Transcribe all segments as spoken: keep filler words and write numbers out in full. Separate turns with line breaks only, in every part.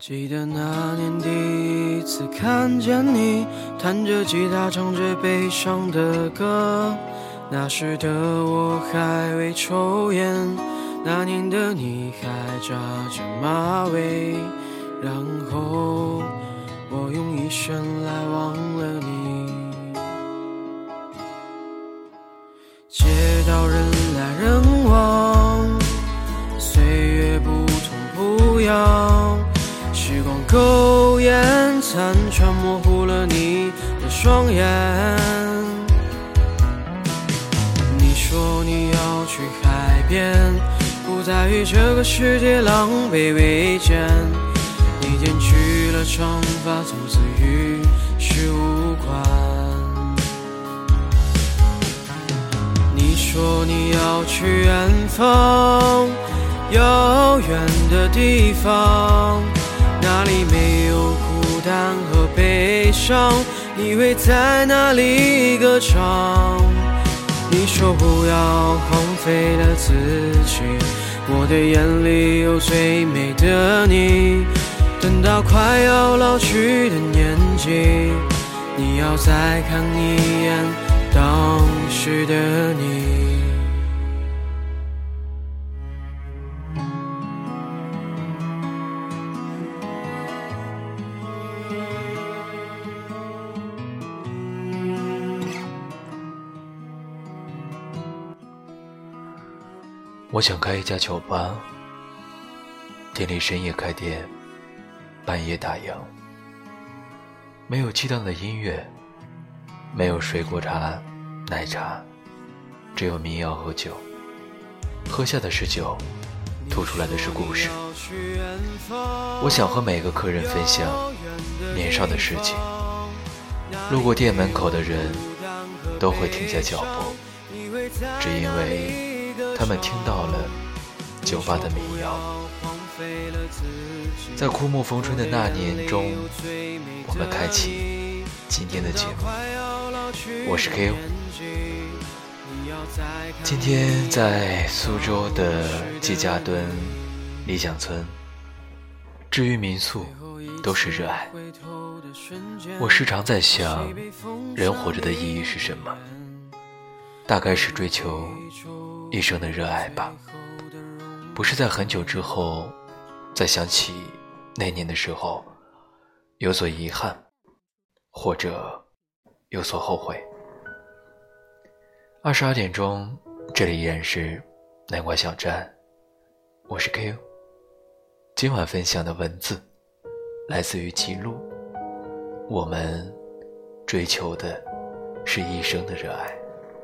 记得那年第一次看见你弹着吉他唱着悲伤的歌，那时的我还未抽烟，那年的你还扎着马尾，然后我用一生来忘了你。街道人来人往，岁月不痛不痒，时光苟延残喘，模糊了你的双眼。你说你要去海边，不再与这个世界狼狈为奸，你剪去了长发，从此与世无关。你说你要去远方，遥远的地方，那里没有孤单和悲伤，你会在那里歌唱。你说不要荒废了自己，我的眼里有最美的你，等到快要老去的年纪，你要再看一眼当时的你。
我想开一家酒吧，店里深夜开店，半夜打烊，没有激荡的音乐，没有水果茶、奶茶，只有民谣和酒，喝下的是酒，吐出来的是故事。我想和每个客人分享年少的事情，路过店门口的人都会停下脚步，只因为他们听到了酒吧的民谣。在枯木逢春的那年中，我们开启今天的节目。我是 K O， 今天在苏州的季家墩理想村，治愈民宿都是热爱。我时常在想，人活着的意义是什么？大概是追求一生的热爱吧，不是在很久之后再想起那年的时候有所遗憾，或者有所后悔。二十二点钟，这里依然是南瓜小站，我是 K O。 今晚分享的文字来自于记录，我们追求的是一生的热爱。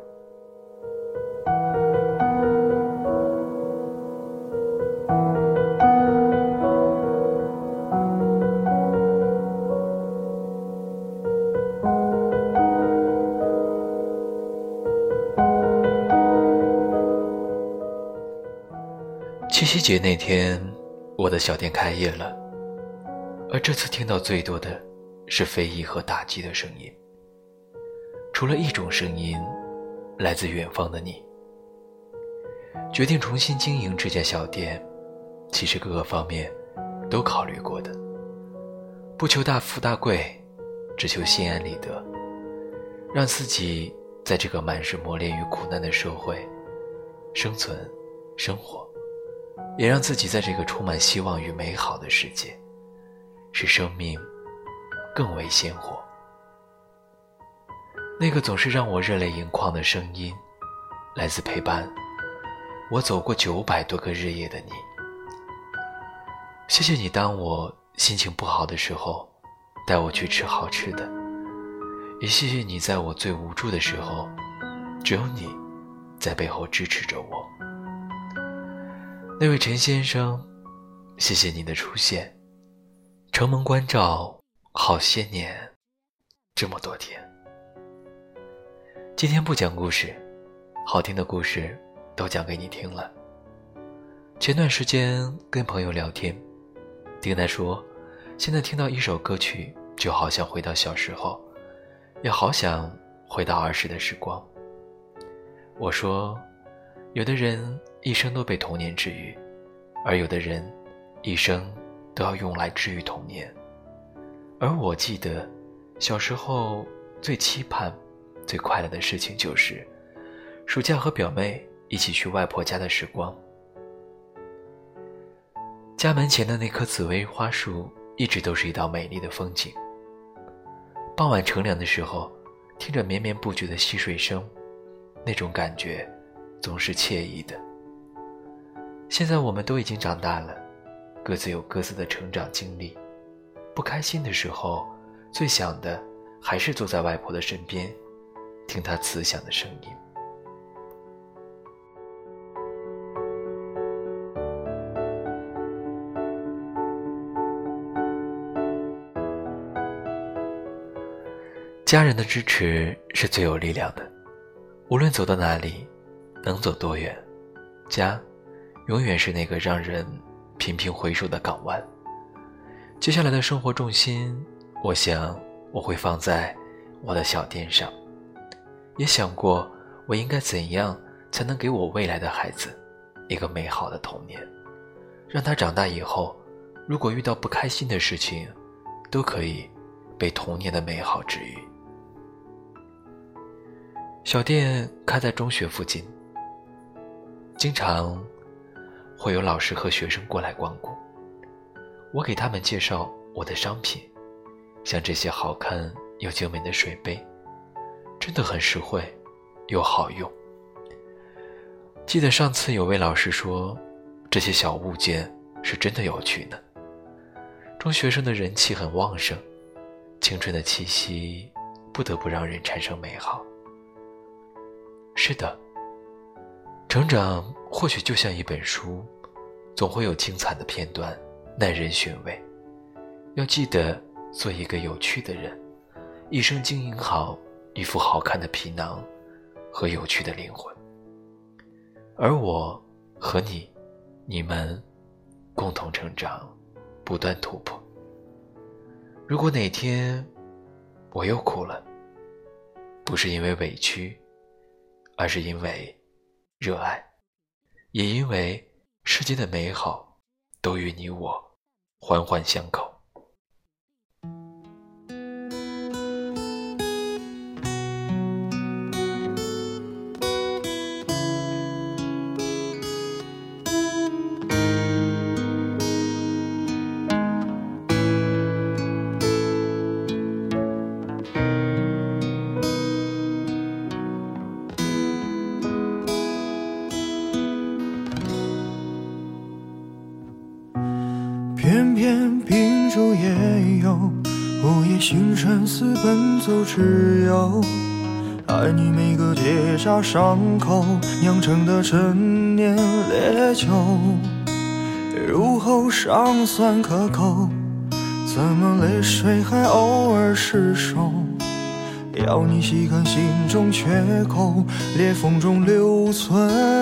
七夕节那天，我的小店开业了，而这次听到最多的是非议和打击的声音。除了一种声音，来自远方的你。决定重新经营这家小店，其实各个方面都考虑过的，不求大富大贵，只求心安理得，让自己在这个满是磨练与苦难的社会生存生活，也让自己在这个充满希望与美好的世界，使生命更为鲜活。那个总是让我热泪盈眶的声音，来自陪伴我走过九百多个日夜的你。谢谢你当我心情不好的时候带我去吃好吃的，也谢谢你在我最无助的时候，只有你在背后支持着我。那位陈先生，谢谢你的出现，承蒙关照好些年，这么多天。今天不讲故事，好听的故事都讲给你听了。前段时间跟朋友聊天，听他说现在听到一首歌曲就好像回到小时候，也好想回到儿时的时光。我说，有的人一生都被童年治愈，而有的人一生都要用来治愈童年。而我记得小时候最期盼最快乐的事情就是暑假和表妹一起去外婆家的时光。家门前的那棵紫薇花树一直都是一道美丽的风景。傍晚乘凉的时候，听着绵绵不绝的溪水声，那种感觉总是惬意的。现在我们都已经长大了，各自有各自的成长经历，不开心的时候，最想的还是坐在外婆的身边，听她慈祥的声音。家人的支持是最有力量的，无论走到哪里，能走多远，家永远是那个让人频频回首的港湾。接下来的生活重心，我想我会放在我的小店上，也想过我应该怎样才能给我未来的孩子一个美好的童年，让他长大以后，如果遇到不开心的事情，都可以被童年的美好治愈。小店开在中学附近，经常会有老师和学生过来光顾。我给他们介绍我的商品，像这些好看又精美的水杯，真的很实惠又好用。记得上次有位老师说，这些小物件是真的有趣呢。中学生的人气很旺盛，青春的气息不得不让人产生美好。是的，成长或许就像一本书，总会有精彩的片段，耐人寻味。要记得做一个有趣的人，一生经营好一副好看的皮囊和有趣的灵魂。而我和你，你们共同成长，不断突破。如果哪天我又哭了，不是因为委屈，而是因为热爱，也因为世界的美好都与你我环环相扣。
偏偏秉烛夜游，午夜星辰似奔走之友，爱你每个结痂伤口酿成的陈年烈酒，入喉尚算可口，怎么泪水还偶尔失手，要你细看心中缺口，裂缝中留存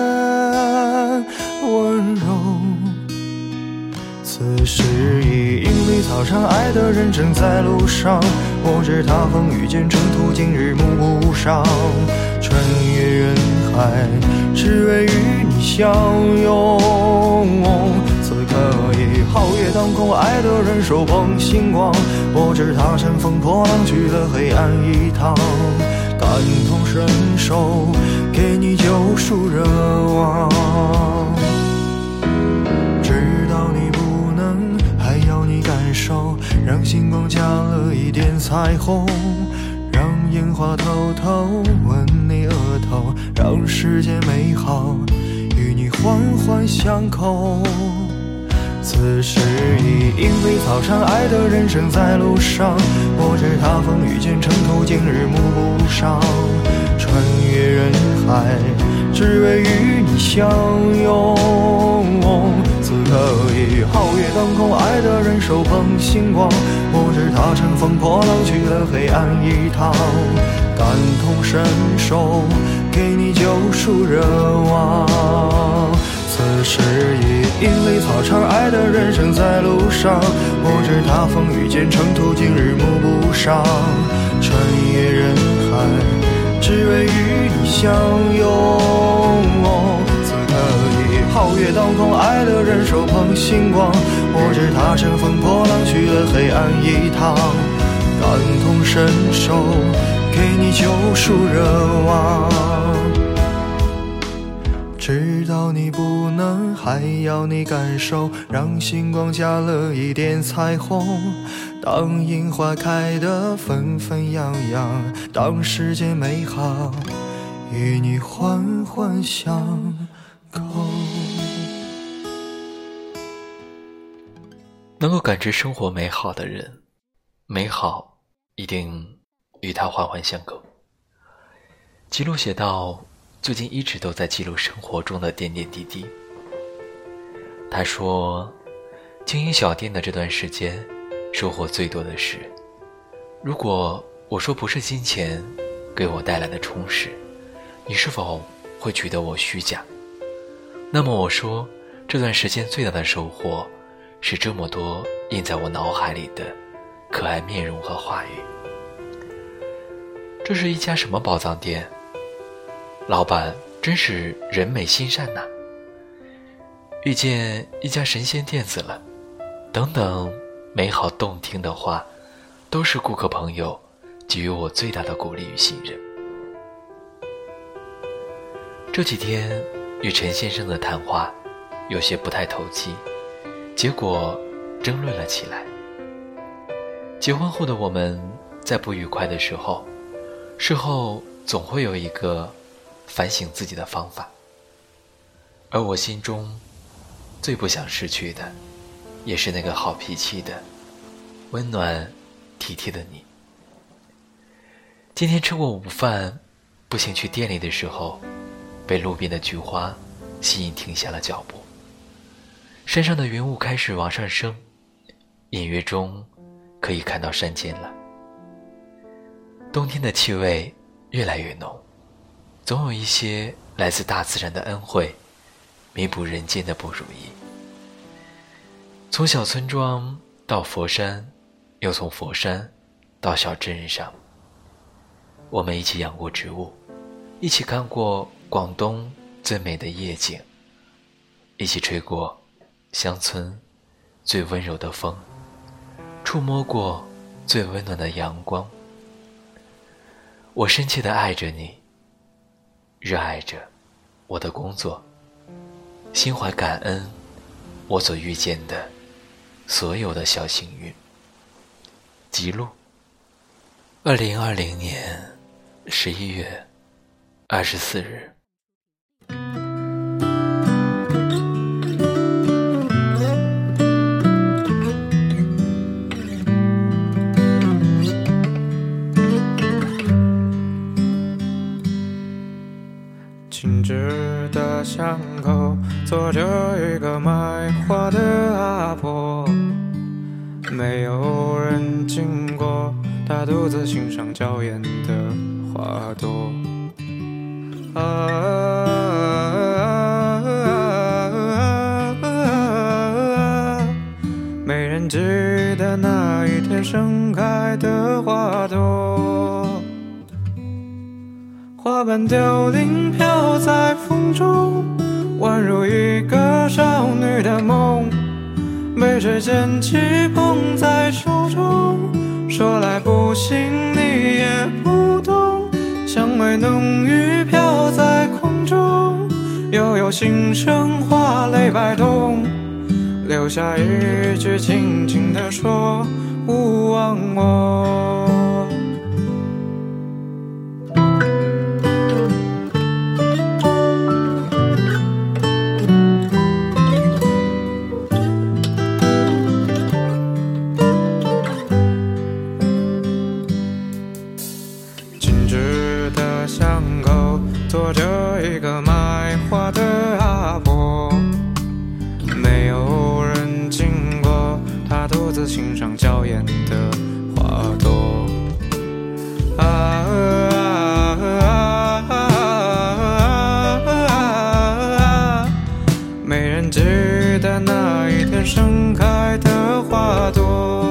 温柔。此时已莺飞草长，爱的人正在路上，我知他风雨兼程途经日暮不赏，穿越人海只为与你相拥。此刻已皓月当空，爱的人手捧星光，我知他乘风破浪去了黑暗一趟，感同身受给你救赎热望，感受，让星光加了一点彩虹，让烟花偷偷吻你额头，让世界美好与你环环相扣。此时已莺飞草长，爱的人正在路上，我知他风雨兼程途经日暮不赏，穿越人海只为与你相拥。此刻已皓月当空，爱的人手捧星光，我知他乘风破浪去了黑暗一趟，感同身受给你救赎热望。此时已莺飞草长，爱的人正在路上，我知他风雨兼程途经日暮不赏，穿越人海只为与你相拥。此刻已
皓月当空，爱的人手捧星光，我只踏乘风破浪去了黑暗一趟，感同身受，给你救赎热望，直到你不能，还要你感受，让星光加了一点彩虹。当樱花开得纷纷扬扬，当世界美好与你环环相扣。
能够感知生活美好的人，美好一定与他环环相扣。记录写道，最近一直都在记录生活中的点点滴滴。他说，经营小店的这段时间，收获最多的是，如果我说不是金钱给我带来的充实，你是否会觉得我虚假？那么我说，这段时间最大的收获是这么多印在我脑海里的可爱面容和话语。这是一家什么宝藏店？老板真是人美心善呐！遇见一家神仙店子了，等等美好动听的话，都是顾客朋友给予我最大的鼓励与信任。这几天与陈先生的谈话有些不太投机，结果争论了起来。结婚后的我们在不愉快的时候，事后总会有一个反省自己的方法，而我心中最不想失去的，也是那个好脾气的、温暖体贴的你。今天吃过午饭，步行去店里的时候，被路边的菊花吸引停下了脚步。山上的云雾开始往上升，隐约中可以看到山间了。冬天的气味越来越浓，总有一些来自大自然的恩惠，弥补人间的不如意。从小村庄到佛山，又从佛山到小镇上，我们一起养过植物，一起看过广东最美的夜景，一起吹过乡村最温柔的风，触摸过最温暖的阳光。我深切地爱着你，热爱着我的工作，心怀感恩我所遇见的所有的小幸运。记录二零二零年十一月二十四日。
静止的巷口坐着一个卖花的阿婆，没有人经过，她独自欣赏娇艳的花朵。啊没人记得那一天盛开的花朵，花瓣凋零飘在风中，宛如一个少女的梦，被谁捡起捧在手中，说来不信你也不懂，香味浓郁飘在空中，悠悠心声花泪摆动，留下一句轻轻地说勿忘我。巷口坐着一个卖花的阿婆，没有人经过，她独自欣赏娇艳的花朵。啊啊啊啊没人记得那一天盛开的花朵，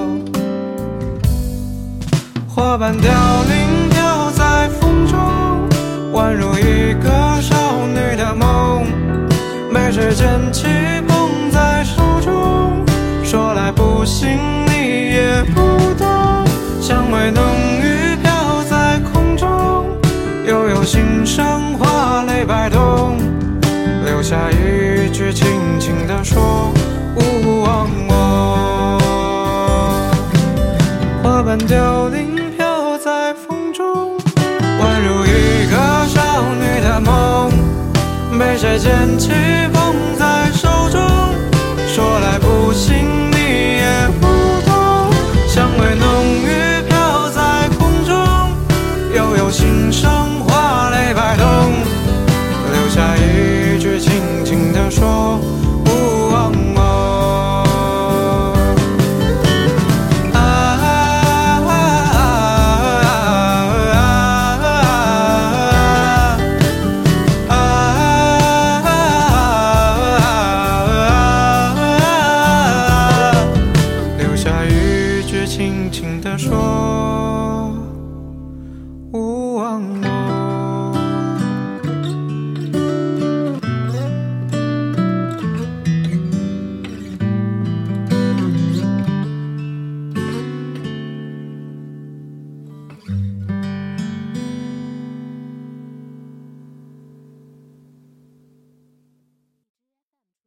花瓣凋零飘在风中，宛如一个少女的梦，被谁捡起捧在手中，说来不信你也不懂，香味浓郁飘在空中，悠悠心声花泪摆动，留下一句轻轻地说勿忘我。花瓣凋零飘在风中，宛如一个少女的梦，被谁捡起